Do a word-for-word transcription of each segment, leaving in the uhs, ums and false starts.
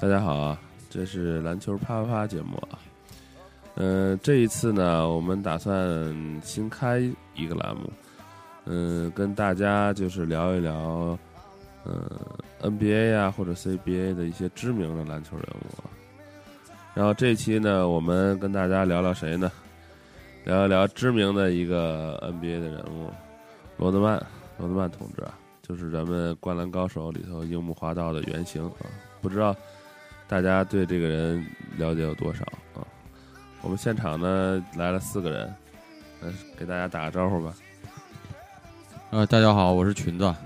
大家好啊，这是篮球啪啪啪节目啊。嗯、呃，这一次呢，我们打算新开一个栏目，嗯、呃，跟大家就是聊一聊，嗯、呃、，N B A 啊或者 C B A 的一些知名的篮球人物。然后这一期呢，我们跟大家聊聊谁呢？聊一聊知名的一个 N B A 的人物，罗德曼，罗德曼同志啊，就是咱们《灌篮高手》里头樱木花道的原型啊。不知道大家对这个人了解有多少啊？我们现场呢来了四个人，嗯，给大家打个招呼吧。 呃，大家好，我是裙子。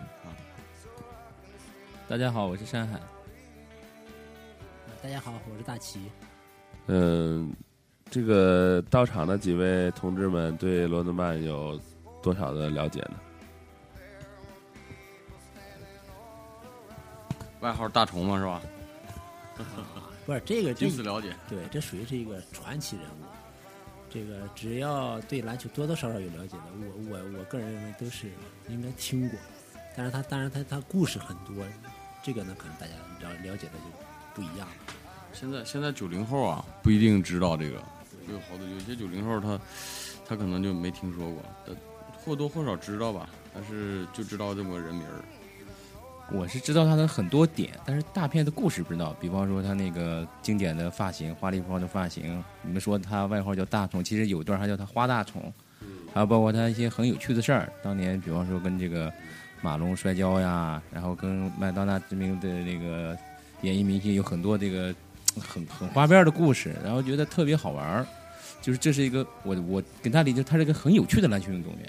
大家好，我是山海。 大家好，我是大齐。 嗯，这个到场的几位同志们对罗德曼有多少的了解呢？ 外号大虫嘛，是吧？ 不是这个， 仅此了解。 对，这属于是一个传奇人物。这个只要对篮球多多少少有了解的，我我我个人认为都是应该听过。但是他当然他他故事很多，这个呢可能大家了了解的就不一样了。 现在现在九零后啊不一定知道这个，有好多有些九零后他他可能就没听说过，或多或少知道吧，但是就知道这么个人名儿。 我是知道他的很多点，但是大片的故事不知道。比方说他那个经典的发型，花里胡哨的发型，你们说他外号叫大虫，其实有一段还叫他花大虫。还有包括他一些很有趣的事儿，当年比方说跟这个马龙摔跤呀，然后跟麦当娜知名的那个演艺明星有很多这个很很花边的故事，然后觉得特别好玩。就是这是一个我我跟他理解，他是一个很有趣的篮球运动员。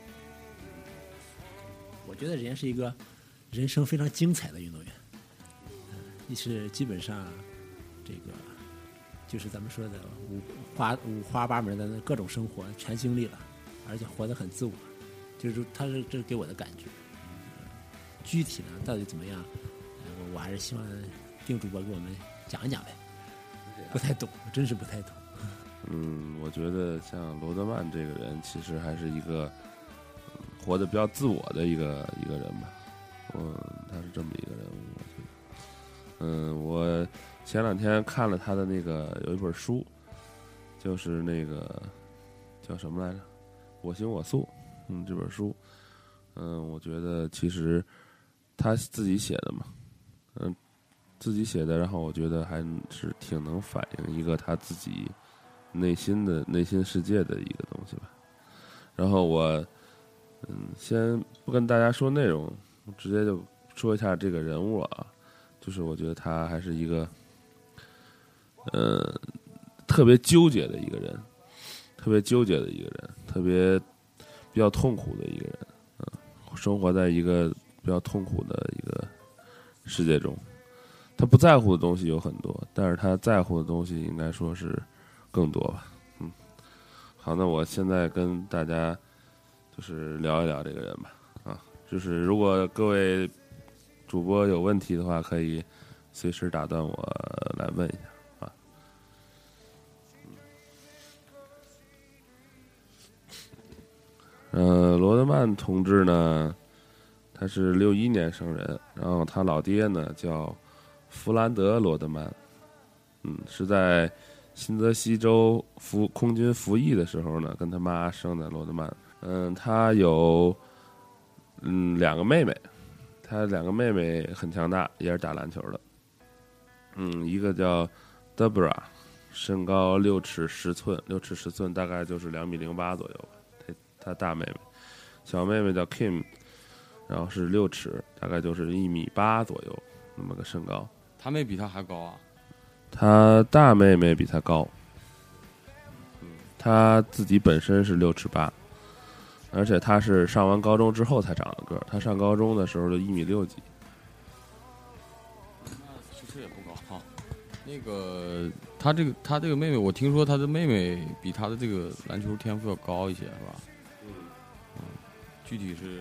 我觉得人家是一个人生非常精彩的运动员，你是基本上这个就是咱们说的五花五花八门的各种生活全经历了，而且活得很自我，就是他是这给我的感觉。具体呢到底怎么样，我我还是希望丁主播给我们讲一讲呗，不太懂，我真是不太懂。 嗯，我觉得像罗德曼这个人，其实还是一个、嗯、活得比较自我的一个一个人吧。嗯，他是这么一个人物，我觉得。嗯，我前两天看了他的那个有一本书，就是那个叫什么来着，《我行我素》。嗯，这本书，嗯，我觉得其实他自己写的嘛，嗯，自己写的，然后我觉得还是挺能反映一个他自己内心的内心世界的一个东西吧。然后我，嗯，先不跟大家说内容。直接就说一下这个人物啊，就是我觉得他还是一个，呃，特别纠结的一个人，特别纠结的一个人，特别比较痛苦的一个人，嗯、呃，生活在一个比较痛苦的一个世界中。他不在乎的东西有很多，但是他在乎的东西应该说是更多吧。嗯，好，那我现在跟大家就是聊一聊这个人吧。就是如果各位主播有问题的话，可以随时打断我来问一下啊。呃，罗德曼同志呢，他是六一年生人，然后他老爹呢叫弗兰德·罗德曼，嗯，是在新泽西州服空军服役的时候呢，跟他妈生的罗德曼。嗯，他有。嗯，两个妹妹，她两个妹妹很强大，也是打篮球的。嗯，一个叫 Debra， 身高六尺十寸，六尺十寸大概就是两米零八左右吧。她她大妹妹，小妹妹叫 Kim， 然后是六尺，大概就是一米八左右那么个身高。 她妹比她还高啊？ 她大妹妹比她高，嗯，她自己本身是六尺八。而且他是上完高中之后才长了个儿，他上高中的时候就一米六几。 那其实也不高。那个他这个他这个妹妹，我听说他的妹妹比他的这个篮球天赋要高一些，是吧？嗯。嗯，具体是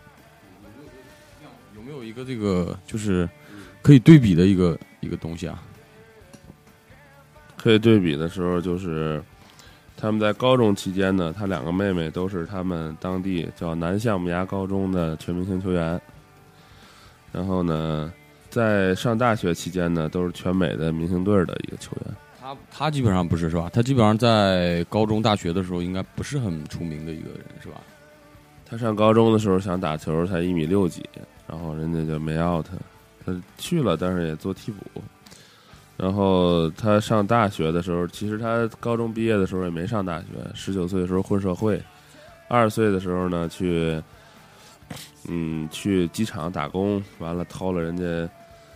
有没有一个这个就是可以对比的一个一个东西啊？ 可以对比的时候就是。他们在高中期间呢，他两个妹妹都是他们当地叫南象木崖高中的全明星球员。然后呢， 在上大学期间呢，都是全美的明星队的一个球员。 他他基本上不是是吧？他基本上在高中、大学的时候应该不是很出名的一个人是吧？ 他上高中的时候想打球，才一米六几，然后人家就没要他，他去了，但是也做替补。然后他上大学的时候，其实他高中毕业的时候也没上大学，十九岁的时候混社会，二十岁的时候呢去，嗯，去机场打工，完了偷了人家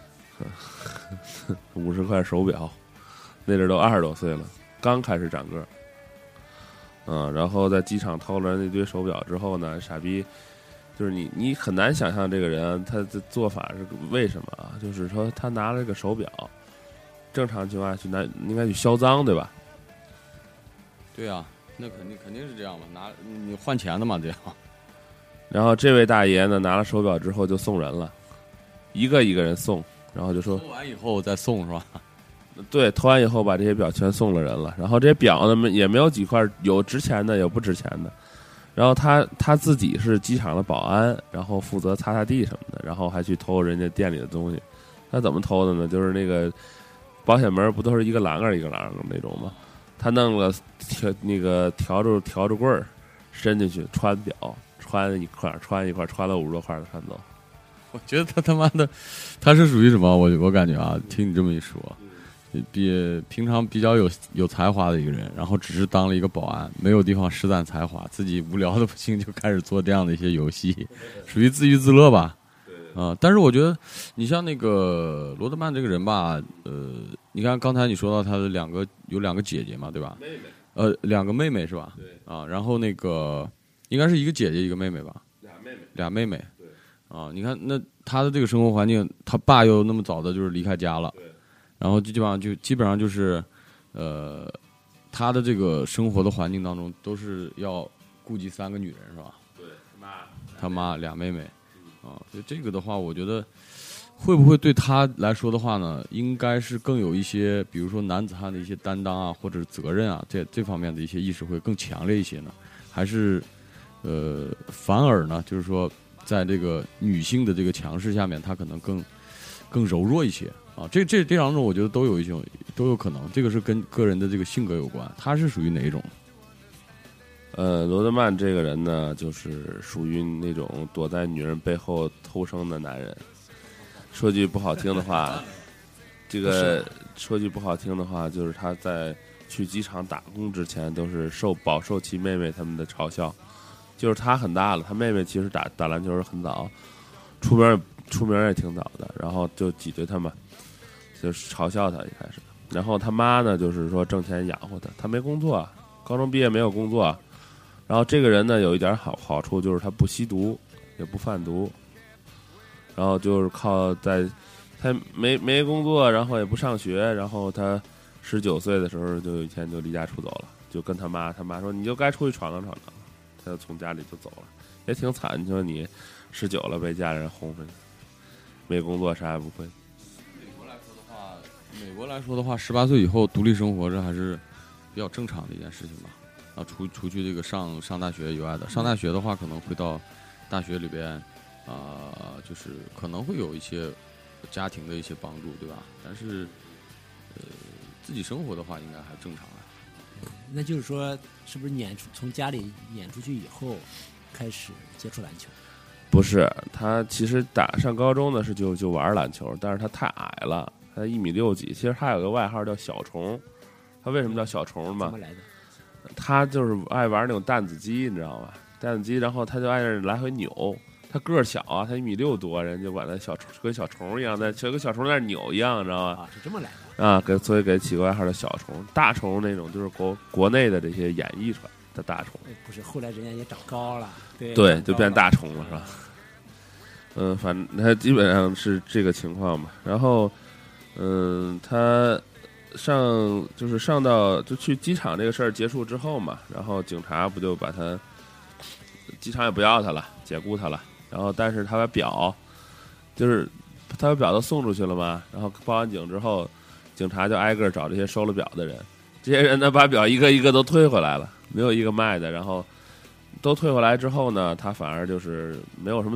五十块手表，那阵都二十多岁了，刚开始长个儿，嗯，然后在机场偷了人家一堆手表之后呢，傻逼。就是你，你很难想象这个人他的做法是为什么啊？就是说他拿了个手表，正常情况下去拿应该去销赃，对吧？ 对啊，那肯定肯定是这样嘛，拿你换钱的嘛，这样。 然后这位大爷呢，拿了手表之后就送人了，一个一个人送，然后就说偷完以后再送是吧？ 对，偷完以后把这些表全送了人了。然后这些表呢也没有几块，有值钱的，有不值钱的。然后他他自己是机场的保安，然后负责擦擦地什么的，然后还去偷人家店里的东西。他怎么偷的呢？就是那个保险门不都是一个栏杆一个栏杆那种吗？他弄了调那个笤帚笤帚棍儿伸进去穿表，穿一块穿一块穿了五十多块的穿走。 我觉得他他妈的他是属于什么？我我感觉啊，听你这么一说。比平常比较有有才华的一个人，然后只是当了一个保安，没有地方施展才华，自己无聊的不行就开始做这样的一些游戏，属于自娱自乐吧。啊、呃，但是我觉得你像那个罗德曼这个人吧，呃，你看刚才你说到他的两个有两个姐姐嘛，对吧？ 妹妹， 呃，两个妹妹是吧？ 对。 啊，然后那个应该是一个姐姐一个妹妹吧？ 俩妹妹， 俩妹妹。 对。 啊，你看那他的这个生活环境，他爸又那么早的就是离开家了。 对。 然后基本上就基本上就是，呃，他的这个生活的环境当中都是要顾及三个女人是吧？ 对，妈， 他妈俩妹妹，啊，所以这个的话，我觉得会不会对他来说的话呢，应该是更有一些，比如说男子汉的一些担当啊，或者是责任啊，这这方面的一些意识会更强烈一些呢？还是呃，反而呢，就是说，在这个女性的这个强势下面，他可能更更柔弱一些？啊，这这这两种我觉得都有一种都有可能，这个是跟个人的这个性格有关。他是属于哪一种？ 呃，罗德曼这个人呢，就是属于那种躲在女人背后偷生的男人。说句不好听的话，这个说句不好听的话，就是他在去机场打工之前，都是受饱受其妹妹他们的嘲笑。就是他很大了，他妹妹其实打打篮球很早，出名出名也挺早的，然后就挤兑他嘛。就是嘲笑他一开始，然后他妈呢，就是说挣钱养活他，他没工作，高中毕业没有工作，然后这个人呢有一点好好处就是他不吸毒，也不贩毒，然后就是靠在他没没工作，然后也不上学，然后他十九岁的时候就有一天就离家出走了，就跟他妈，他妈说你就该出去闯荡闯荡，他就从家里就走了，也挺惨。你说你十九了被家里人轰出去，没工作啥也不会。 美国来说的话，十八岁以后独立生活，这还是比较正常的一件事情吧。啊，除除去这个上上大学以外的，上大学的话可能会到大学里边，啊、呃，就是可能会有一些家庭的一些帮助，对吧？但是，呃，自己生活的话，应该还正常啊。 那就是说，是不是撵出从家里撵出去以后，开始接触篮球？ 不是，他其实打上高中的是就就玩篮球，但是他太矮了。他一米六几，其实他有个外号叫小虫。他为什么叫小虫嘛？ 怎么来的？ 他就是爱玩那种弹子机，你知道吗？弹子机，然后他就爱来回扭。他个儿小啊，他一米六多，人就管他小虫，跟小虫一样，在跟小虫在那扭一样，你知道吗？ 啊，是这么来的啊，给所以给起个外号叫小虫。大虫那种就是国国内的这些演艺出来的大虫。 不是，后来人家也长高了，对， 对，就变大虫了，是吧？嗯，反正他基本上是这个情况嘛。然后。嗯，他上就是上到就去机场这个事儿结束之后嘛，然后警察不就把他机场也不要他了，解雇他了。然后但是他把表就是他把表都送出去了嘛，然后报完警之后，警察就挨个找这些收了表的人，这些人呢把表一个一个都退回来了，没有一个卖的。然后都退回来之后呢，他反而就是没有什么罪，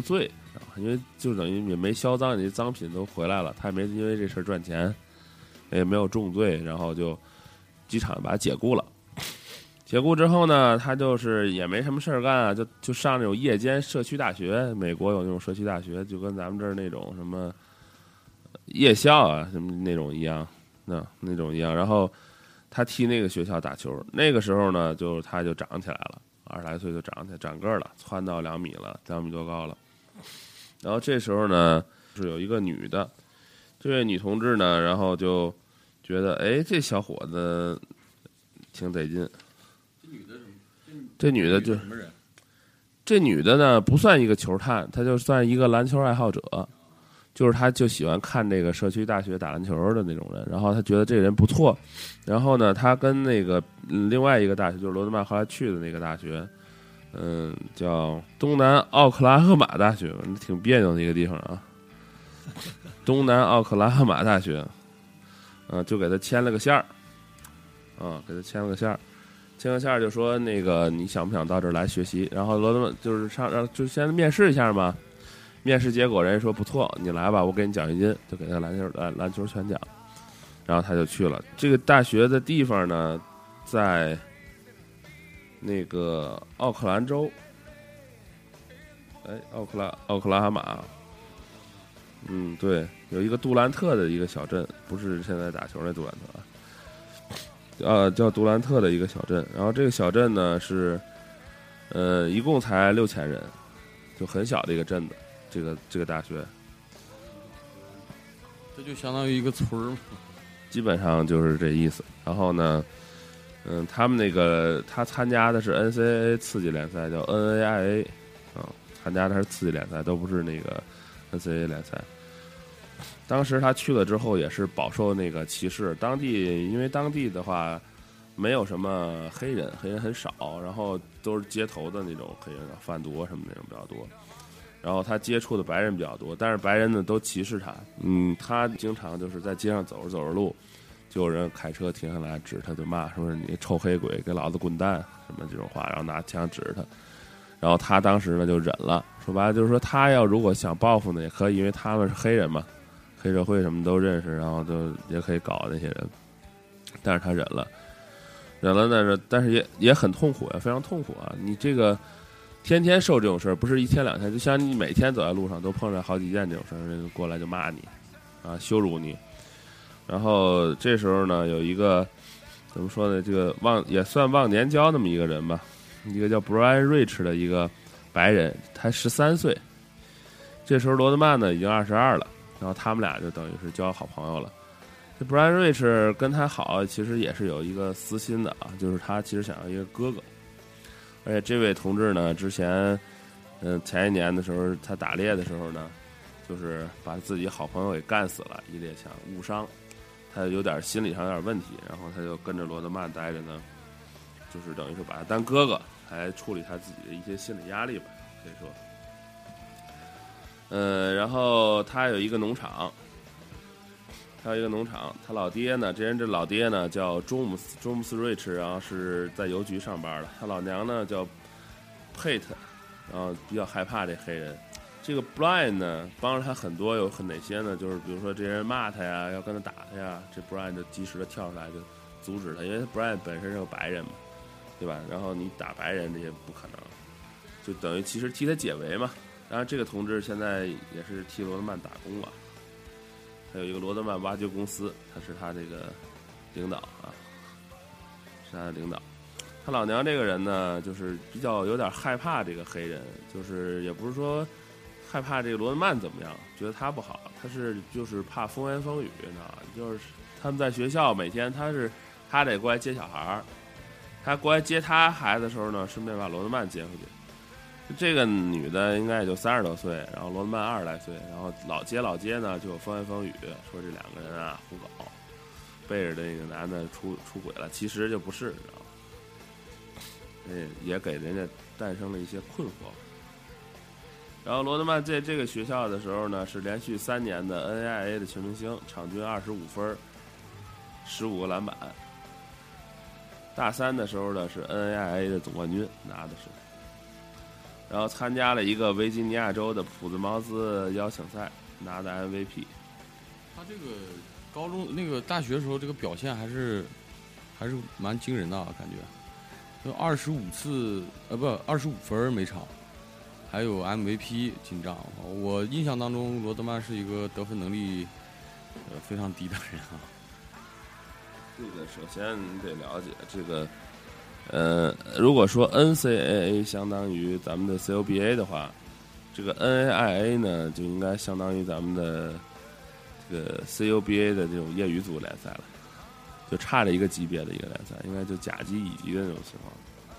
因为就等于也没销赃，你赃品都回来了，他也没因为这事儿赚钱，也没有重罪，然后就机场把他解雇了。解雇之后呢，他就是也没什么事儿干啊，就就上那种夜间社区大学，美国有那种社区大学，就跟咱们这儿那种什么夜校啊什么那种一样，那那种一样。然后他替那个学校打球，那个时候呢，就他就长起来了，二十来岁就长起来，长个儿了，窜到两米了，两米多高了。然后这时候呢，是有一个女的，这位女同志呢，然后就觉得，哎，这小伙子挺得劲。这女的就这女的呢，不算一个球探，她就算一个篮球爱好者，就是她就喜欢看这个社区大学打篮球的那种人。然后她觉得这个人不错，然后呢，她跟那个、嗯、另外一个大学，就是罗德曼后来去的那个大学，嗯，叫东南奥克拉荷马大学，挺别扭的一个地方啊。东南奥克拉荷马大学，啊，就给他牵了个线儿，啊，给他牵了个线儿。签个线就说那个你想不想到这儿来学习？然后罗德曼就是上让就先面试一下嘛，面试结果人家说不错，你来吧，我给你奖学金，就给他篮球篮篮球全奖，然后他就去了。这个大学的地方呢，在那个奥克兰州，哎，奥克拉奥克拉荷马，嗯，对，有一个杜兰特的一个小镇，不是现在打球那杜兰特啊。呃，叫杜兰特的一个小镇，然后这个小镇呢是，呃，一共才六千人，就很小的一个镇子。这个这个大学， 这就相当于一个村儿嘛， 基本上就是这意思。然后呢，嗯，他们那个他参加的是 N C A A 次级联赛，叫 N A I A， 啊，参加的是次级联赛，都不是那个 N C A A 联赛。当时他去了之后也是饱受那个歧视，当地因为当地的话没有什么黑人，黑人很少，然后都是街头的那种黑人，贩毒什么那种比较多，然后他接触的白人比较多，但是白人呢都歧视他，嗯，他经常就是在街上走着走着路，就有人开车停下来指他就骂，说是你臭黑鬼，给老子滚蛋什么这种话，然后拿枪指他，然后他当时呢就忍了，说白了就是说他要如果想报复呢也可以，因为他们是黑人嘛。黑社会什么都认识，然后就也可以搞那些人，但是他忍了，忍了呢，但是也也很痛苦呀，非常痛苦啊！你这个天天受这种事儿，不是一天两天，就像你每天走在路上都碰上好几件这种事儿，人过来就骂你，啊，羞辱你。然后这时候呢，有一个怎么说呢，这个忘也算忘年交那么一个人吧，一个叫 Brian Rich 的一个白人，才十三岁。这时候罗德曼呢已经二十二了。然后他们俩就等于是交好朋友了。这 Brian Rich 跟他好，其实也是有一个私心的啊，就是他其实想要一个哥哥。而且这位同志呢，之前，嗯、呃，前一年的时候，他打猎的时候呢，就是把自己好朋友给干死了，一猎枪误伤，他有点心理上有点问题，然后他就跟着罗德曼待着呢，就是等于是把他当哥哥，来处理他自己的一些心理压力吧，可以说。呃，然后他有一个农场，他有一个农场，他老爹呢，这人这老爹呢叫詹姆斯詹姆斯瑞奇，然后是在邮局上班的，他老娘呢叫佩特，然后比较害怕这黑人。这个 Brian 呢帮了他很多，有很哪些呢？就是比如说这人骂他呀，要跟他打他呀，这 Brian 就及时的跳出来就阻止他，因为 Brian 本身是个白人嘛，对吧？然后你打白人这些不可能，就等于其实替他解围嘛。然后这个同志现在也是替罗德曼打工了，还有一个罗德曼挖掘公司，他是他这个领导啊，是他的领导。他老娘这个人呢，就是比较有点害怕这个黑人，就是也不是说害怕这个罗德曼怎么样，觉得他不好，他是就是怕风言风语，你知道吗？就是他们在学校每天他是他得过来接小孩儿，他过来接他孩子的时候呢，顺便把罗德曼接回去。这个女的应该也就三十多岁，然后罗德曼二十来岁，然后老接老接呢就有风言风语，说这两个人啊胡搞，背着这个男的出出轨了，其实就不是，你知道吗？嗯，也给人家诞生了一些困惑。然后罗德曼在这个学校的时候呢，是连续三年的 N A I A 的全明星，场均二十五分，十五个篮板。大三的时候呢，是 N A I A 的总冠军，拿的是。 然后参加了一个维吉尼亚州的普兹茅斯邀请赛，拿的 M V P。 他这个高中那个大学的时候，这个表现还是还是蛮惊人的啊，感觉。就二十五次，呃，不，二十五分每场，还有 M V P 进账。我印象当中，罗德曼是一个得分能力呃非常低的人啊。 这个首先你得了解这个，呃，如果说 N C A A 相当于咱们的 C O B A 的话，这个 N A I A 呢就应该相当于咱们的这个 C O B A 的这种业余组联赛了。就差着一个级别的一个联赛，应该就甲级、乙级的那种情况。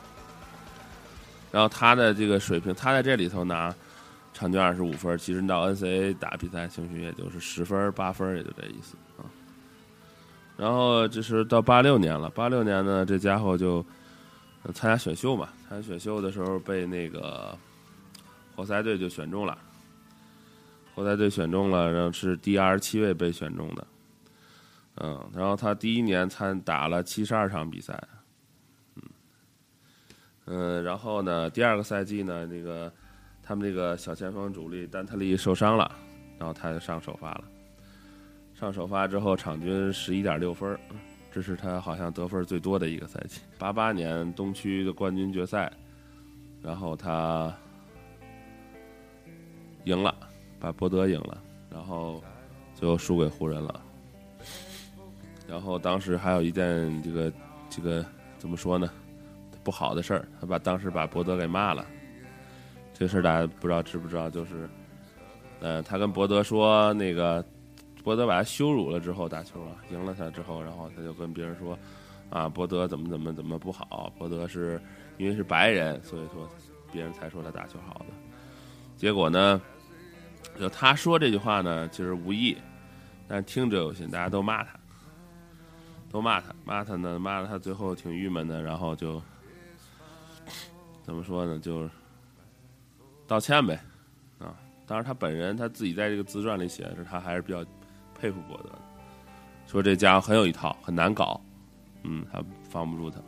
然后他的这个水平，他在这里头拿场均二十五分，其实到 N C A A 打比赛，兴许也就是十分、八分，也就这意思啊。然后这是到八六年了，八六年呢，这家伙就参加选秀嘛，参加选秀的时候被那个活塞队就选中了，活塞队选中了，然后是第二十七位被选中的。嗯，然后他第一年参打了七十二场比赛，嗯，嗯，然后呢，第二个赛季呢，这个他们这个小前锋主力丹特利受伤了，然后他就上首发了，上首发之后场均十一点六分，这是他好像得分最多的一个赛季。八八年东区的冠军决赛，然后他赢了，把博德赢了，然后最后输给湖人了。然后当时还有一件这个这个怎么说呢，不好的事儿，他把当时把博德给骂了。这事儿大家不知道知不知道？就是，呃，他跟博德说，那个博德把他羞辱了之后打球啊，赢了他之后，然后他就跟别人说，啊，博德怎么怎么怎么不好，博德是因为是白人，所以说别人才说他打球好的。结果呢，就他说这句话呢，其实无意，但是听者有心，大家都骂他。都骂他，骂他呢，骂了他，最后挺郁闷的，然后就怎么说呢，就道歉呗，啊，当然他本人他自己在这个自传里写的是，他还是比较佩服博德的，说这家伙很有一套，很难搞，嗯，他防不住他，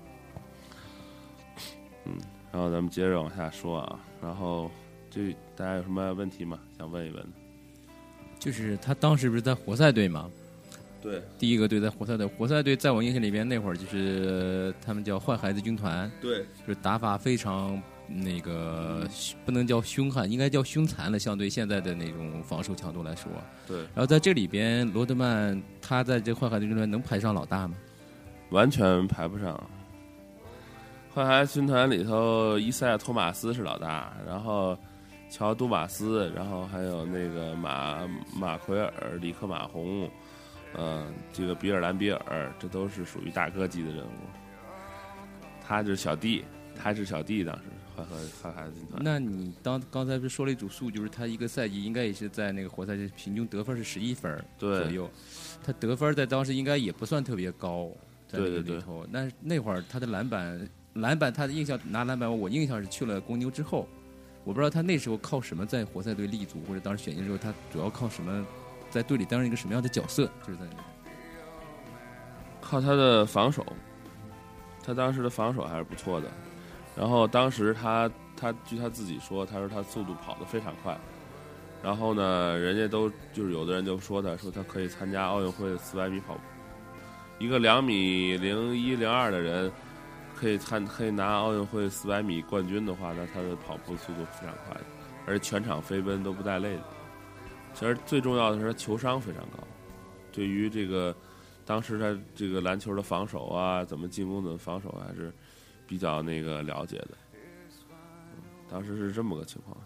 嗯，然后咱们接着往下说啊，然后这大家有什么问题吗？想问一问？ 就是他当时不是在活塞队吗？ 对， 第一个队在活塞队，活塞队在我印象里边那会儿就是他们叫坏孩子军团， 对， 就是打法非常那个不能叫凶悍，应该叫凶残了，相对现在的那种防守强度来说。 对， 然后在这里边，罗德曼他在这坏孩子军团能排上老大吗？ 完全排不上。坏孩子军团里头，伊赛亚·托马斯是老大，然后乔·杜马斯，然后还有那个马马奎尔、里克·马洪。嗯，这个比尔兰比尔，这都是属于大哥级的人物。他是小弟，他是小弟，当时坏和坏孩子军团。 那你当刚才不是说了一组数，就是他一个赛季应该也是在那个活塞平均得分是十一分左右，他得分在当时应该也不算特别高，在那个里头。那那会儿他的篮板，篮板他的印象拿篮板，我印象是去了公牛之后，我不知道他那时候靠什么在活塞队立足，或者当时选进之后他主要靠什么。在队里担任一个什么样的角色？就是在靠他的防守，他当时的防守还是不错的。然后当时他他据他自己说，他说他速度跑得非常快。然后呢，人家都就是有的人就说他说他可以参加奥运会的四百米跑步。一个两米零一零二的人可以参可以拿奥运会四百米冠军的话，那他的跑步速度非常快的，而且全场飞奔都不带累的。其实最重要的是他球商非常高，对于这个当时他这个篮球的防守啊，怎么进攻怎么防守还是比较那个了解的。当时是这么个情况，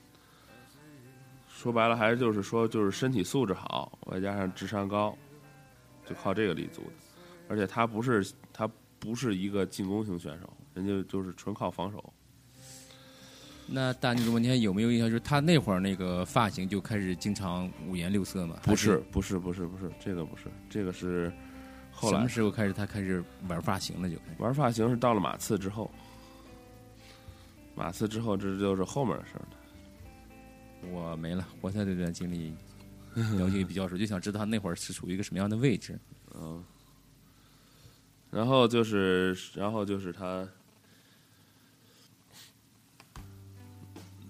说白了还是就是说就是身体素质好，外加上智商高，就靠这个立足的。而且他不是他不是一个进攻型选手，人家就是纯靠防守。 那大女主，你还有没有印象？就是他那会儿那个发型就开始经常五颜六色嘛？ 不是，不是，不是，不是，这个不是，这个是后来什么时候开始他开始玩发型了？就开始玩发型是到了马刺之后，马刺之后这就是后面的事儿了。 我没了，活塞队这段经历了解比较少，就想知道他那会儿是处于一个什么样的位置。 嗯，然后就是，然后就是他。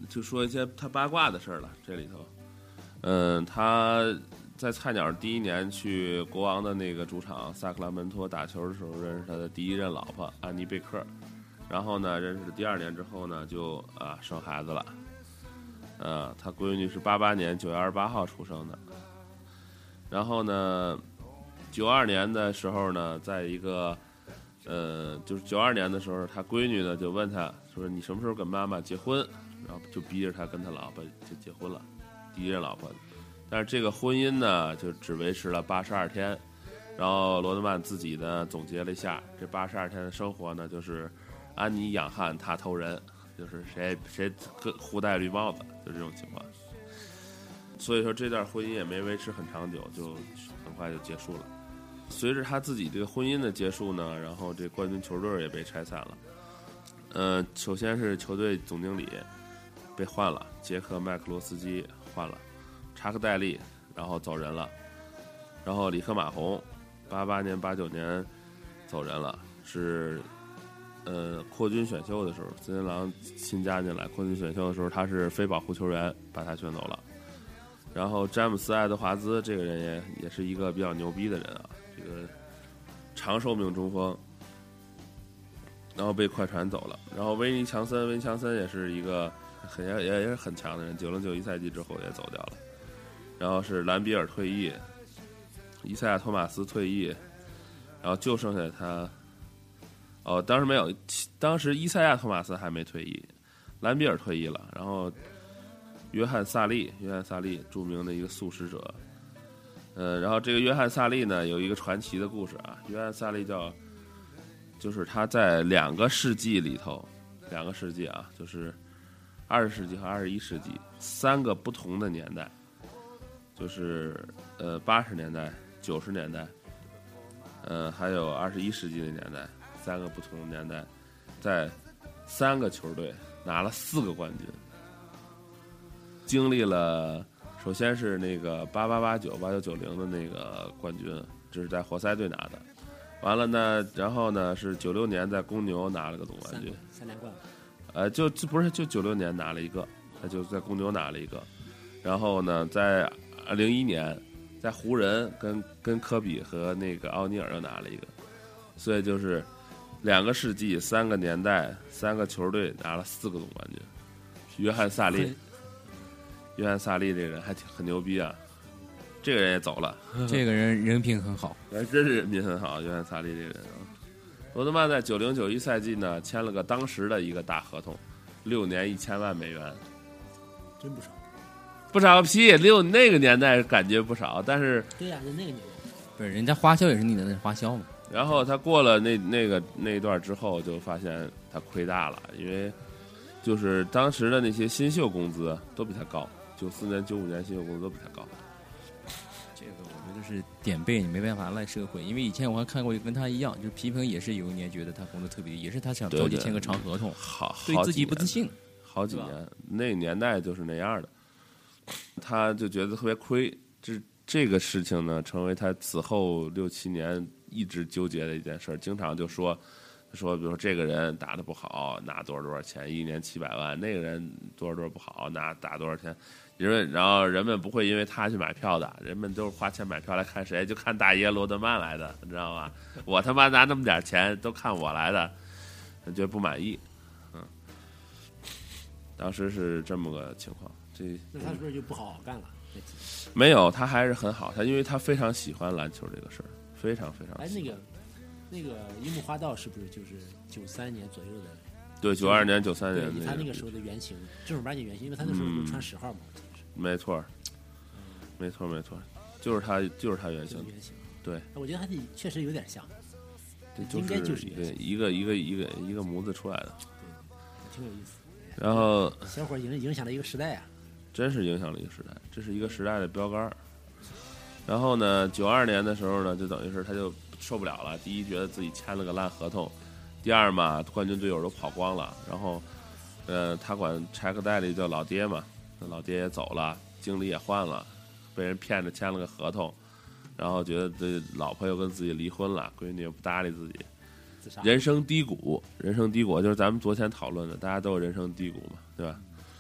就说一些他八卦的事儿了。这里头，嗯，他在菜鸟第一年去国王的那个主场萨克拉门托打球的时候，认识他的第一任老婆安妮贝克，然后呢，认识第二年之后呢，就啊生孩子了。呃，他闺女是八八年九月二十八号出生的，然后呢，九二年的时候呢，在一个。呃，就是九二年的时候，他闺女呢就问他说：“你什么时候跟妈妈结婚？”然后就逼着他跟他老婆就结婚了，第一任老婆。但是这个婚姻呢，就只维持了八十二天。然后罗德曼自己呢总结了一下，这八十二天的生活呢，就是安妮养汉，他偷人，就是谁谁互戴绿帽子，就这种情况。所以说这段婚姻也没维持很长久，就很快就结束了。随着他自己这个婚姻的结束呢，然后这冠军球队也被拆散了。呃，首先是球队总经理被换了，杰克麦克罗斯基换了，查克戴利然后走人了，然后里克马洪八八年八九年走人了，是呃扩军选秀的时候，森林狼新加进来，扩军选秀的时候他是非保护球员，把他选走了。然后詹姆斯爱德华兹这个人也也是一个比较牛逼的人啊，这个长寿命中锋，然后被快船走了。然后威尼强森，威尼强森也是一个很也也是很强的人，九零九一赛季之后也走掉了。然后是兰比尔退役，伊赛亚托马斯退役，然后就剩下他。哦，当时没有，当时伊赛亚托马斯还没退役，兰比尔退役了，然后。约翰萨利，约翰萨利，著名的一个素食者，呃，然后这个约翰萨利呢，有一个传奇的故事啊。约翰萨利叫，就是他在两个世纪里头，两个世纪啊，就是二十世纪和二十一世纪三个不同的年代，就是呃八十年代、九十年代，呃还有二十一世纪的年代，三个不同的年代，在三个球队拿了四个冠军。经历了，首先是那个八八八九八九九零的那个冠军，这是在活塞队拿的。完了呢，然后呢是九六年在公牛拿了个总冠军， 三连冠。 呃，就就不是就九六年拿了一个，他就在公牛拿了一个。然后呢，在零一年在湖人跟跟科比和那个奥尼尔又拿了一个，所以就是两个世纪、三个年代、三个球队拿了四个总冠军。约翰萨利。约翰萨利这个人还挺很牛逼啊，这个人也走了。 这个人人品很好， 还真是人品很好。约翰萨利这个人啊，罗德曼在九零九一赛季呢签了个当时的一个大合同，六年一千万美元， 真不少。 不少个屁，六那个年代感觉不少，但是对呀、啊，就那个年代不是人家花销也是你的那花销嘛。 然后他过了那那个那一段之后，就发现他亏大了，因为就是当时的那些新秀工资都比他高。九四年、九五年新秀工资都比他高， 这个我觉得是点背，你没办法赖社会。因为以前我还看过一个跟他一样，就是皮蓬也是有一年觉得他工资特别低，也是他想着急签个长合同， 好， 对自己不自信， 好几年，那个年代就是那样的，他就觉得特别亏。这这个事情呢，成为他此后六七年一直纠结的一件事，经常就说。说，比如说这个人打得不好，拿多少多少钱，一年七百万；那个人多少多少不好，拿打多少钱。人们，然后人们不会因为他去买票的，人们都是花钱买票来看谁，就看大爷罗德曼来的，你知道吗？我他妈拿那么点钱，都看我来的，觉得不满意。嗯，当时是这么个情况。这那他是不是就不好好干了？ 没有，他还是很好。他因为他非常喜欢篮球这个事儿，非常非常。 哎，那个。那个樱木花道是不是就是九三年左右的？ 对，九二年、九三年、那个。 以他那个时候的原型，正儿八经原型，因为他那时候不穿十号嘛。 嗯、没错，没错，没错，就是他，就是他原型。 原型。 对。 我觉得还得确实有点像。 对，应该就是一个一个一个一个一个模子出来的。 对，挺有意思。 然后。 小伙影影响了一个时代啊！ 真是影响了一个时代，这是一个时代的标杆。然后呢，九二年的时候呢，就等于是他就。受不了了，第一觉得自己签了个烂合同，第二嘛，冠军队友都跑光了，然后，呃，他管柴克戴利叫老爹嘛，那老爹也走了，经理也换了，被人骗着签了个合同，然后觉得这老婆又跟自己离婚了，闺女也不搭理自己，人生低谷，人生低谷就是咱们昨天讨论的，大家都有人生低谷嘛，对吧？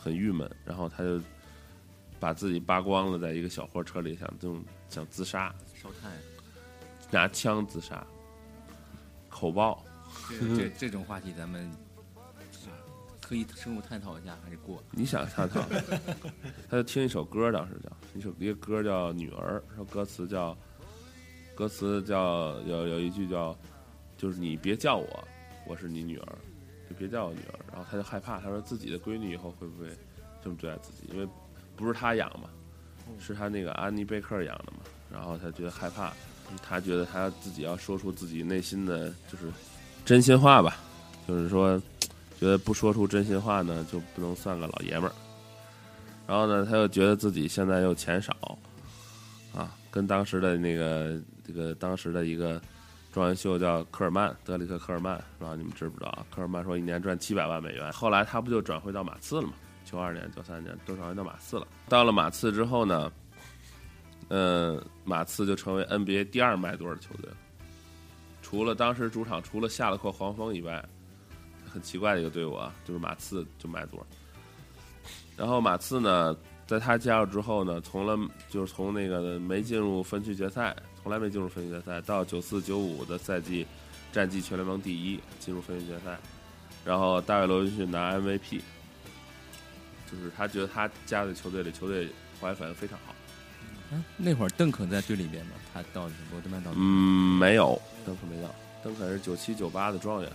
很郁闷，然后他就把自己扒光了，在一个小货车里想这种想自杀， 烧炭， 拿枪自杀，口爆。 这这这种话题咱们可以深入探讨一下，还是过？ 你想探讨？他就听一首歌，当时叫一首一个歌叫《女儿》，然后歌词叫歌词叫有有一句叫就是你别叫我，我是你女儿，就别叫我女儿。然后他就害怕，他说自己的闺女以后会不会这么对待自己？因为不是他养嘛，是他那个安妮贝克养的嘛。然后他觉得害怕，他觉得他自己要说出自己内心的就是真心话吧，就是说觉得不说出真心话呢就不能算个老爷们儿。然后呢他又觉得自己现在又钱少啊，跟当时的那个这个当时的一个状元秀叫科尔曼，德里克科尔曼，不知道你们知不知道啊？科尔曼说一年赚七百万美元，后来他不就转会到马刺了吗？九二年、九三年都转会到马刺了。到了马刺之后呢，呃，马刺就成为 N B A 第二卖多的球队了。除了当时主场除了夏洛克黄蜂以外，很奇怪的一个队伍啊，就是马刺就卖多。然后马刺呢，在他加入之后呢，从了就是从那个没进入分区决赛，从来没进入分区决赛，到九四九五的赛季战绩全联盟第一，进入分区决赛。然后大卫罗宾逊拿 M V P， 就是他觉得他加的球队里球队化学反应非常好。 啊，那会儿邓肯在队里边嘛，他到罗德曼到嗯，没有，邓肯没到，邓肯是九七九八的状元。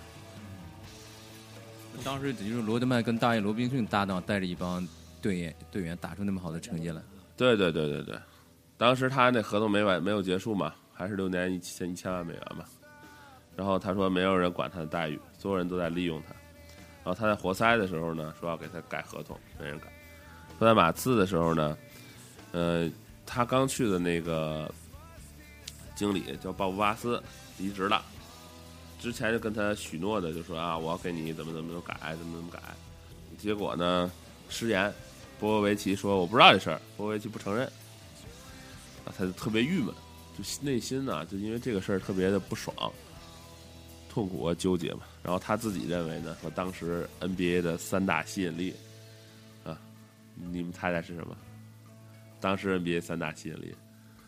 当时只就是罗德曼跟大卫罗宾逊搭档，带着一帮队员队员打出那么好的成绩来。 对对对对对，当时他那合同没完没有结束嘛，还是六年一千一千万美元嘛。然后他说没有人管他的待遇，所有人都在利用他。然后他在活塞的时候呢，说要给他改合同，没人改。说在马刺的时候呢，呃，他刚去的那个经理叫鲍勃巴斯离职了。之前就跟他许诺的，就说啊，我要给你怎么怎么怎么改，怎么怎么改。结果呢，失言。波波维奇说我不知道这事儿，波波维奇不承认。啊，他就特别郁闷，就内心呢、啊，就因为这个事儿特别的不爽、痛苦和纠结嘛。然后他自己认为呢，说当时 N B A 的三大吸引力，啊，你们猜猜是什么？当时 N B A 三大吸引力，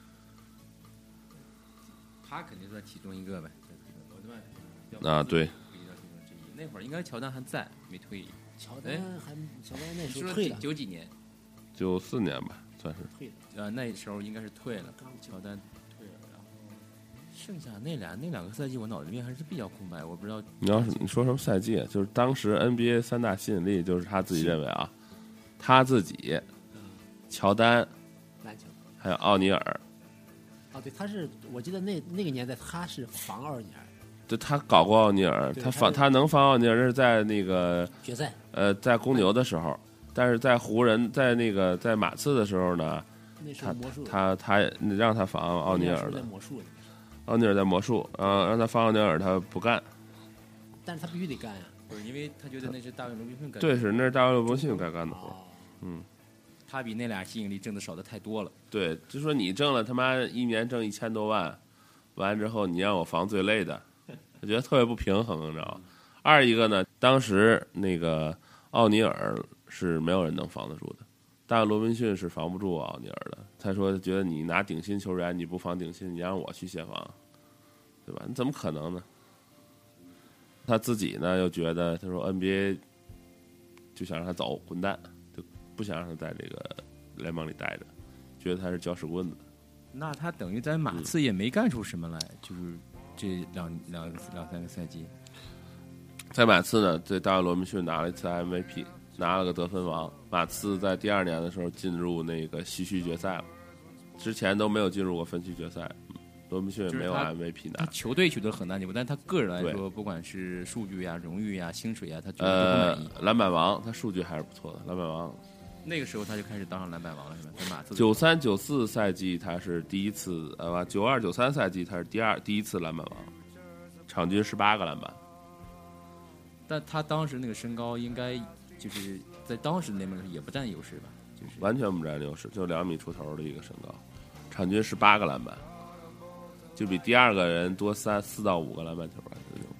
他肯定算其中一个呗。 啊，对， 那会儿应该乔丹还在，没退役。 乔丹还乔丹那时候退了， 九几年， 九四年吧，算是退了。 呃，那时候应该是退了，乔丹退了，然后剩下那俩那两个赛季，我脑子里面还是比较空白，我不知道。 你要是你说什么赛季，就是当时 N B A 三大吸引力，就是他自己认为啊，他自己、乔丹、 篮球， 还有奥尼尔。 哦，对，他是我记得那那个年代他是防奥尼尔。 就他搞过奥尼尔，他防他能防奥尼尔，是在那个决赛， 呃，在公牛的时候，但是在湖人，在那个在马刺的时候呢，他他他让他防奥尼尔的，奥尼尔在魔术，呃，让他防奥尼尔，他不干， 但是他必须得干呀， 不是因为他觉得那是大卫罗宾逊干， 对，是那是大卫罗宾逊该干的活，嗯， 他比那俩吸引力挣的少的太多了， 对，就说你挣了他妈一年挣一千多万，完之后你让我防最累的。我觉得特别不平衡，你知道吗？二一个呢，当时那个奥尼尔是没有人能防得住的，大卫罗宾逊是防不住奥尼尔的。他说觉得你拿顶薪球员，你不防顶薪，你让我去协防，对吧？你怎么可能呢？他自己呢又觉得，他说 N B A 就想让他走，滚蛋，就不想让他在这个联盟里待着，觉得他是搅屎棍子。 那他等于在马刺也没干出什么来，嗯、就是。这两两两三个赛季， 在马刺呢，对大卫罗宾逊拿了一次 M V P， 拿了个得分王。马刺在第二年的时候进入那个西区决赛了，之前都没有进入过分区决赛。罗宾逊也没有 M V P 拿。 他球队取得很大进步，但是他个人来说，不管是数据呀、荣誉呀、薪水呀，他绝对不满意。 呃，篮板王，他数据还是不错的，篮板王。 那个时候他就开始当上篮板王了，是吧？在马刺。 九三九四赛季他是第一次，呃，九二九三赛季他是第二第一次篮板王，场均十八个篮板。 但他当时那个身高应该就是在当时联盟也不占优势吧？就是完全不占优势，就两米出头的一个身高，场均十八个篮板，就比第二个人多三四到五个篮板球吧，就那种感觉。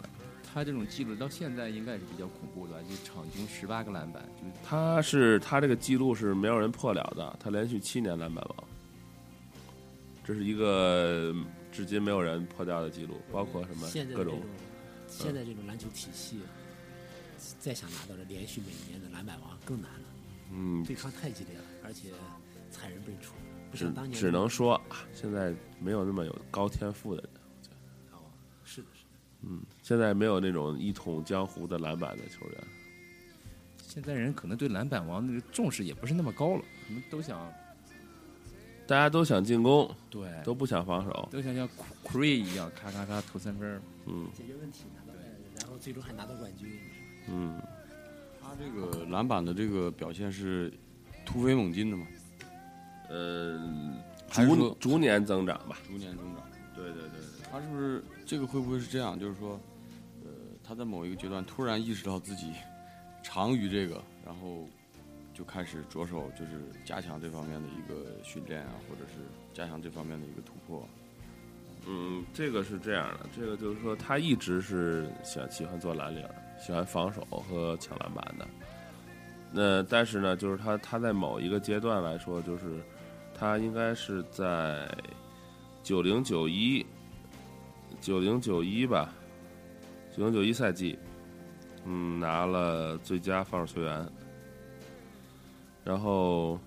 他这种记录到现在应该是比较恐怖的吧，就场均十八个篮板，就是他是他这个记录是没有人破了的，他连续七年篮板王，这是一个至今没有人破掉的记录，包括什么各种现在这种现在这种篮球体系，再想拿到这连续每年的篮板王更难了， 嗯， 对抗太激烈了，而且惨人辈出，不只像当年只能说啊，现在没有那么有高天赋的人。 哦，是的，是的。 嗯，现在没有那种一统江湖的篮板的球员。 现在人可能对篮板王那个重视也不是那么高了，可能都想大家都想进攻， 对都不想防守。 都想像 Curry 一样咔咔咔投三分。 嗯解决问题，拿到然后最终还拿到冠军。 嗯， 他这个篮板的这个表现是突飞猛进的嘛， 呃， 还是说逐逐年增长吧。 逐年增长。 对对对对， 他是不是这个会不会是这样？就是说，呃，他在某一个阶段突然意识到自己长于这个，然后就开始着手就是加强这方面的一个训练啊，或者是加强这方面的一个突破。 嗯，这个是这样的，这个就是说他一直是想喜欢做蓝领，喜欢防守和抢篮板的。那但是呢，就是他他在某一个阶段来说，就是他应该是在九零九一九零九一吧，九零九一赛季，嗯，拿了最佳防守球员，然后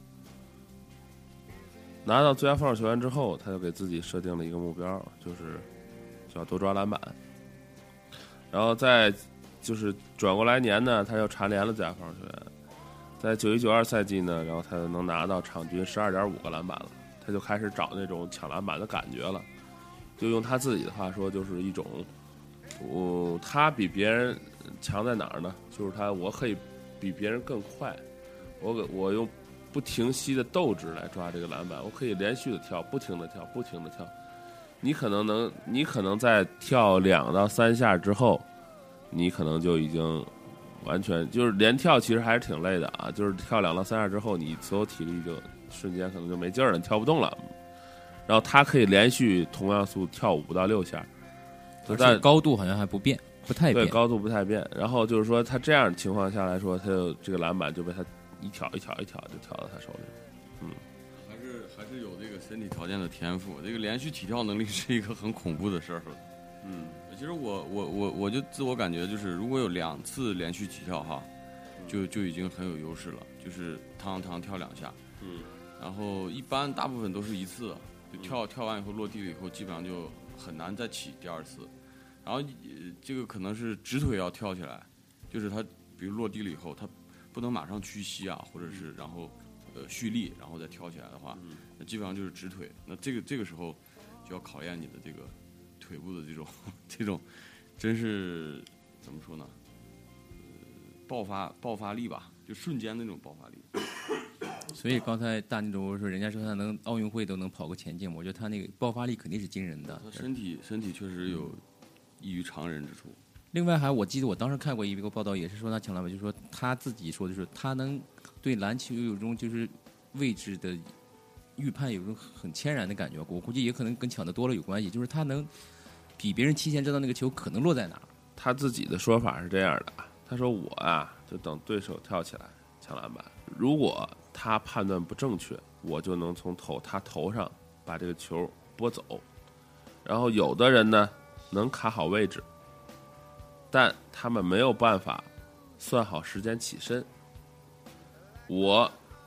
拿到最佳防守球员之后，他就给自己设定了一个目标，就是就要多抓篮板。然后在就是转过来年呢，他又蝉联了最佳防守球员。在九一九二赛季呢，然后他就能拿到场均十二点五个篮板了。他就开始找那种抢篮板的感觉了。就用他自己的话说，就是一种，我、呃、他比别人强在哪儿呢？就是他我可以比别人更快，我我用不停息的斗志来抓这个篮板，我可以连续的跳，不停的跳，不停的跳。你可能能，你可能在跳两到三下之后，你可能就已经完全就是连跳，其实还是挺累的啊。就是跳两到三下之后，你所有体力就瞬间可能就没劲儿了，你跳不动了。然后他可以连续同样速跳五到六下， 但高度好像还不变，不太变。 对，高度不太变。然后就是说，他这样情况下来说，他就这个篮板就被他一挑一挑一挑就挑到他手里。嗯， 还是还是有这个身体条件的天赋。这个连续起跳能力是一个很恐怖的事儿。 嗯， 其实我我我我就自我感觉就是，如果有两次连续起跳哈，就就已经很有优势了。就是趟趟跳两下， 嗯， 然后一般大部分都是一次，就跳跳完以后落地了以后，基本上就很难再起第二次。然后、呃、这个可能是直腿要跳起来，就是他比如落地了以后，他不能马上屈膝啊，或者是然后呃蓄力，然后再跳起来的话，那基本上就是直腿。那这个这个时候就要考验你的这个腿部的这种这种，真是怎么说呢？呃，爆发爆发力吧，就瞬间那种爆发力。 所以刚才大妞主说，人家说他能奥运会都能跑个前进，我觉得他那个爆发力肯定是惊人的。 他身体身体确实有异于常人之处。 另外还我记得我当时看过一个报道，也是说他抢篮板，就是说他自己说的是他能对篮球有一种就是位置的预判有一种很天然的感觉，我估计也可能跟抢的多了有关系，就是他能比别人提前知道那个球可能落在哪儿。 他自己的说法是这样的，他说我啊就等对手跳起来抢篮板，如果他判断不正确，我就能从头他头上把这个球拨走。然后有的人呢能卡好位置，但他们没有办法算好时间起身，我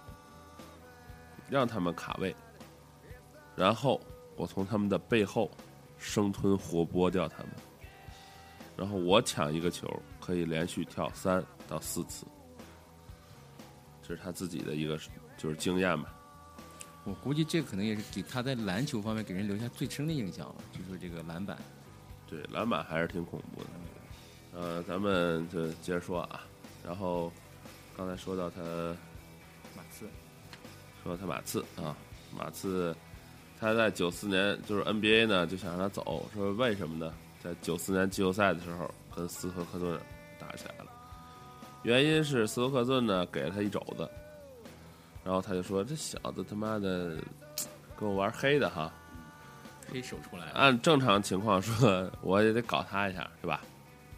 让他们卡位，然后我从他们的背后生吞活剥掉他们，然后我抢一个球可以连续跳三到四次。这是他自己的一个就是经验吧。 我估计这可能也是给他在篮球方面给人留下最深的印象了，就是这个篮板。 对，篮板还是挺恐怖的。呃，咱们就接着说啊。然后刚才说到他马刺， 说到他马刺啊，马刺他在九四年就是 N B A 呢就想让他走，说为什么呢？在九四年季后赛的时候跟斯科克顿打起来了。原因是斯托克顿呢给了他一肘子，然后他就说这小子他妈的跟我玩黑的哈， 黑手出来了。 按正常情况说我也得搞他一下是吧？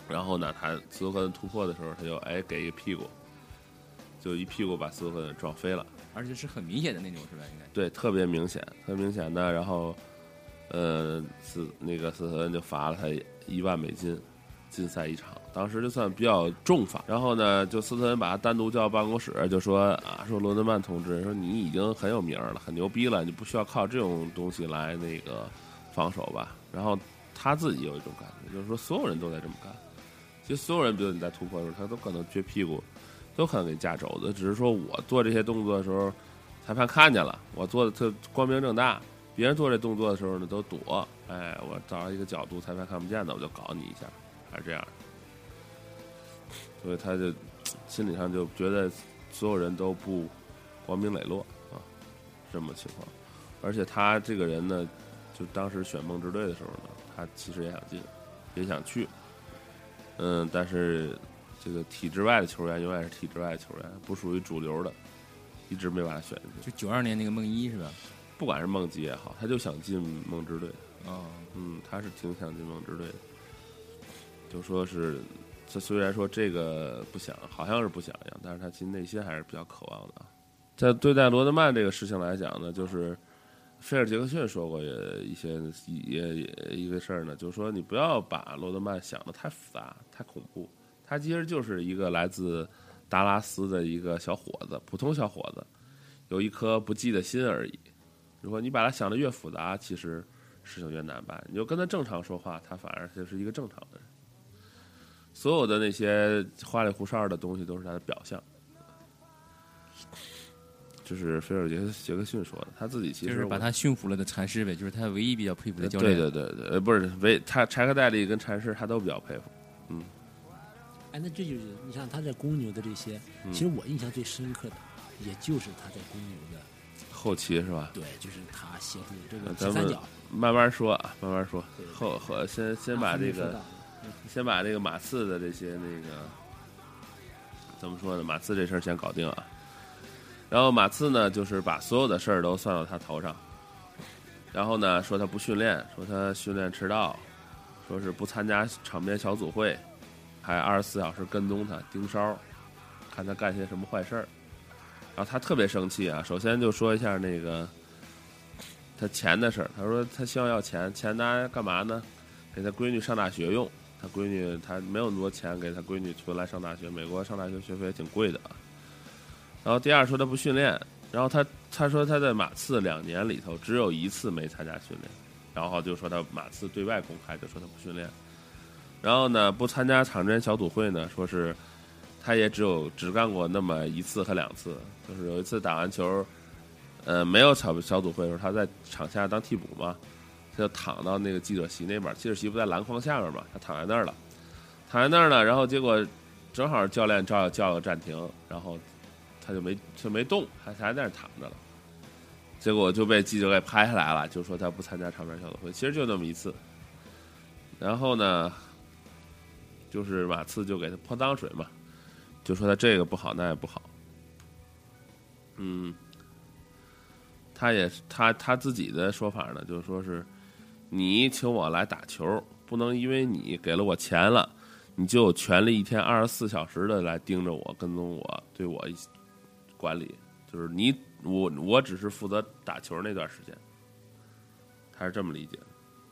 然后呢，他斯托克顿突破的时候，他就哎给一个屁股，就一屁股把斯托克顿撞飞了， 而且是很明显的那种，是吧？应该对，特别明显，特别明显的。然后，呃，斯那个斯特恩就罚了他一万美金，禁赛一场。当时就算比较重罚。然后呢，就斯特恩把他单独叫到办公室，就说啊，说罗德曼同志，说你已经很有名了，很牛逼了，你不需要靠这种东西来那个防守吧？然后他自己有一种感觉，就是说所有人都在这么干。其实所有人，比如你在突破的时候，他都可能撅屁股，都可能给你架肘子，只是说我做这些动作的时候，裁判看见了，我做的特光明正大。别人做这动作的时候呢，都躲，哎，我找一个角度，裁判看不见的，我就搞你一下，还是这样。所以他就心理上就觉得所有人都不光明磊落啊，这么情况。而且他这个人呢，就当时选梦之队的时候呢，他其实也想进，也想去，嗯，但是这个体制外的球员永远是体制外的球员，不属于主流的，一直没把他选进去。 就九二年那个梦一是吧？ 不管是梦吉也好，他就想进梦之队。 哦， 嗯，他是挺想进梦之队的，就说是。这虽然说这个不想，好像是不想一样，但是他其实内心还是比较渴望的啊。在对待罗德曼这个事情来讲呢，就是菲尔杰克逊说过一些也也一个事儿呢，就是说你不要把罗德曼想得太复杂、太恐怖，他其实就是一个来自达拉斯的一个小伙子，普通小伙子，有一颗不羁的心而已。如果你把他想得越复杂，其实事情越难办。你就跟他正常说话，他反而就是一个正常的人。所有的那些花里胡哨的东西都是他的表象，这是菲尔杰杰克逊说的。他自己其实就是把他驯服了的禅师呗，就是他唯一比较佩服的教练。 练。 对对对对，不是唯他柴克戴利跟禅师他都比较佩服。嗯， 哎，那这就是你像他在公牛的这些，嗯、其实我印象最深刻的，也就是他在公牛的后期是吧？ 对，就是他协助这个铁三角。 慢慢说啊，慢慢说。后后先先把这个。先把这个马刺的这些那个怎么说呢？马刺这事儿先搞定啊。然后马刺呢，就是把所有的事儿都算到他头上。然后呢，说他不训练，说他训练迟到，说是不参加场边小组会，还二十四小时跟踪他盯梢，看他干些什么坏事儿。然后他特别生气啊。首先就说一下那个他钱的事儿。他说他希望要钱，钱拿干嘛呢？给他闺女上大学用。他闺女他没有那么多钱给他闺女存来上大学，美国上大学学费也挺贵的。然后第二说他不训练，然后他他说他在马刺两年里头只有一次没参加训练，然后就说他马刺对外公开就说他不训练，然后呢不参加场边小组会呢，说是他也只有只干过那么一次和两次，就是有一次打完球，呃没有小小组会的时候他在场下当替补嘛。他就躺到那个记者席那边，记者席不在篮筐下面嘛，他躺在那儿了，躺在那儿呢，然后结果正好教练叫叫个暂停，然后他就没就没动，还还在那儿躺着了，结果就被记者给拍下来了，就说他不参加场边小组会，其实就那么一次。然后呢，就是马刺就给他泼脏水嘛，就说他这个不好那也不好，嗯，他也他他自己的说法呢，就是说是。你请我来打球，不能因为你给了我钱了，你就有权利一天二十四小时的来盯着我、跟踪我、对我管理。就是你，我我只是负责打球那段时间，他是这么理解的。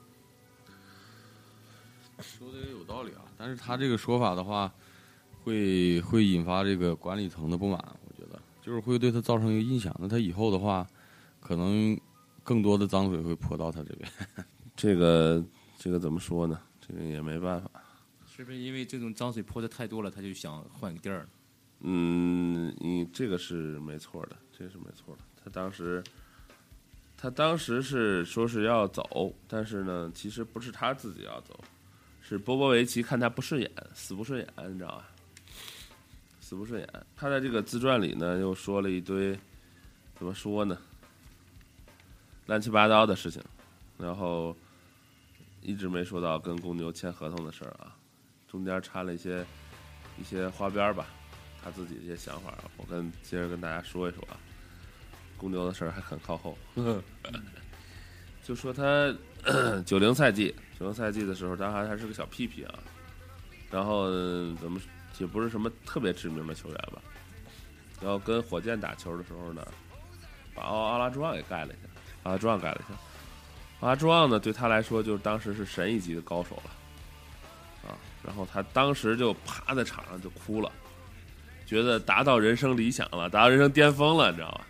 说的也有道理啊，但是他这个说法的话，会会引发这个管理层的不满，我觉得就是会对他造成一个印象。那他以后的话，可能更多的脏水会泼到他这边。 这个这个怎么说呢？这个也没办法。 是不是因为这种脏水泼的太多了，他就想换个地儿？ 嗯，你这个是没错的，这个是没错的。他当时，他当时是说是要走，但是呢，其实不是他自己要走，是波波维奇看他不顺眼，死不顺眼，你知道吧？死不顺眼。他在这个自传里呢，又说了一堆，怎么说呢？乱七八糟的事情，然后。一直没说到跟公牛签合同的事儿啊，中间插了一些一些花边吧，他自己的一些想法，我跟接着跟大家说一说啊。公牛的事儿还很靠后，就说他九零赛季，九零赛季的时候，他还还是个小屁屁啊， 然后怎么也不是什么特别知名的球员吧。然后跟火箭打球的时候呢，把奥奥拉朱旺给盖了一下，奥拉朱旺盖了一下。奥拉朱旺呢，对他来说就是当时是神一级的高手了，啊，然后他当时就趴在场上就哭了，觉得达到人生理想了，达到人生巅峰了，你知道吧？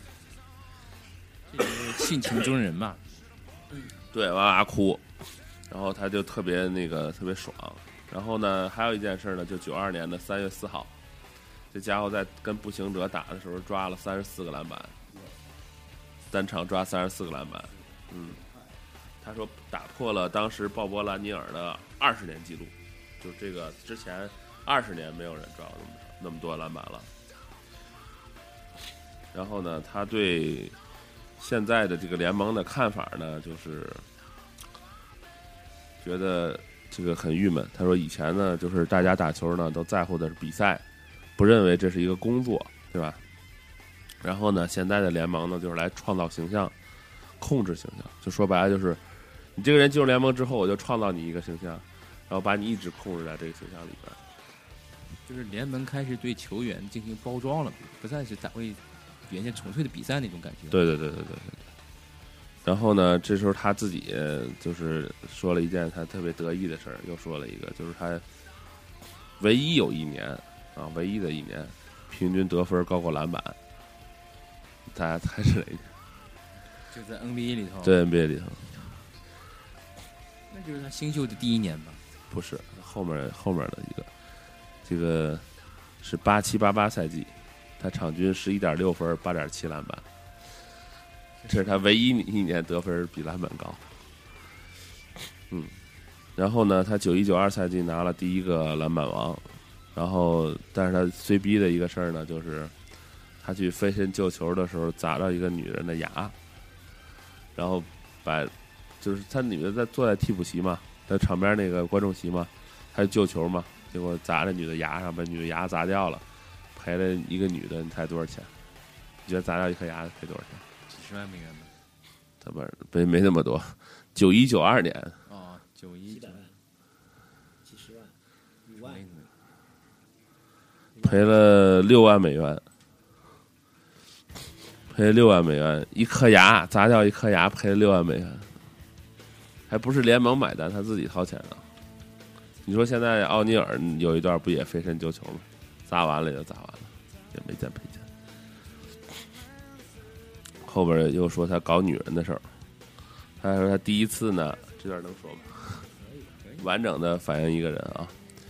这就是性情中人嘛。 对，哇哇哭，然后他就特别那个特别爽。然后呢，还有一件事呢，就九二年的三月四号，这家伙在跟步行者打的时候抓了三十四个篮板，单场抓三十四个篮板。嗯，他说打破了当时鲍勃兰尼尔的二十年纪录，就这个之前二十年没有人抓过那么那么多篮板了。然后呢，他对现在的这个联盟的看法呢，就是觉得这个很郁闷。他说以前呢，就是大家打球呢都在乎的是比赛，不认为这是一个工作，对吧？然后呢，现在的联盟呢就是来创造形象，控制形象。就说白了就是，你这个人进入联盟之后，我就创造你一个形象，然后把你一直控制在这个形象里边。 就是联盟开始对球员进行包装了，不再是展会原先纯粹的比赛那种感觉。 对对对对对对。然后呢，这时候他自己就是说了一件他特别得意的事儿，又说了一个，就是他唯一有一年啊，唯一的一年，平均得分高过篮板。大家猜是哪一年？ 就在 N B A 里头。 对 N B A 里头。 那就是他新秀的第一年吧？ 不是，后面后面的一个，这个是八七八八赛季，他场均十一点六分，八点七篮板。这是他唯一一年得分比篮板高。嗯，然后呢，他九一九二赛季拿了第一个篮板王，然后但是他随逼的一个事儿呢，就是他去飞身救球的时候砸到一个女人的牙，然后把就是他女的在坐在替补席嘛，在场边那个观众席嘛，他就救球嘛，结果砸在女的牙上，把女的牙砸掉了，赔了一个女的，你猜多少钱？你觉得砸掉一颗牙赔多少钱？ 几十万美元吧？ 他不是没没那么多，九一九二年哦，九一九几十万，五万， 赔了六万美元，赔了六万美元，一颗牙砸掉一颗牙，赔了六万美元，还不是联盟买单，他自己掏钱的。你说现在奥尼尔有一段不也飞身救球吗？砸完了就砸完了，也没见赔钱。后边又说他搞女人的事儿，他说他第一次呢，这段能说吗？完整的反映一个人啊。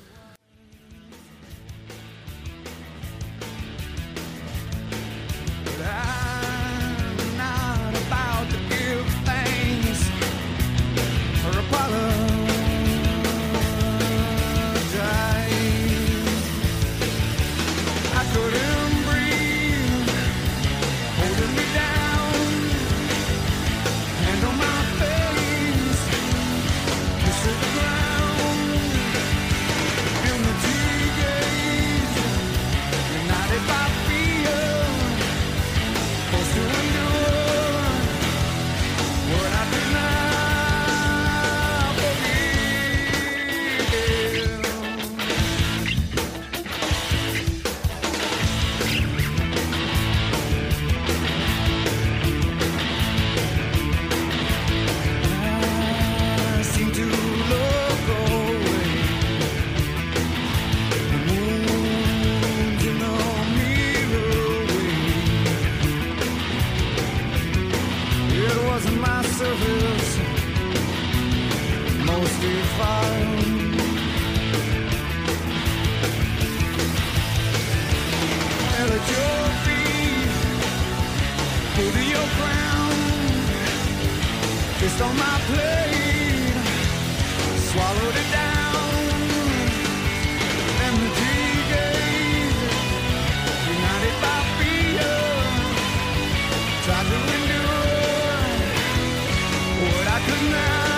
On my plate, swallowed it down, and the G-Gate, united by fear, tried to endure what I could not.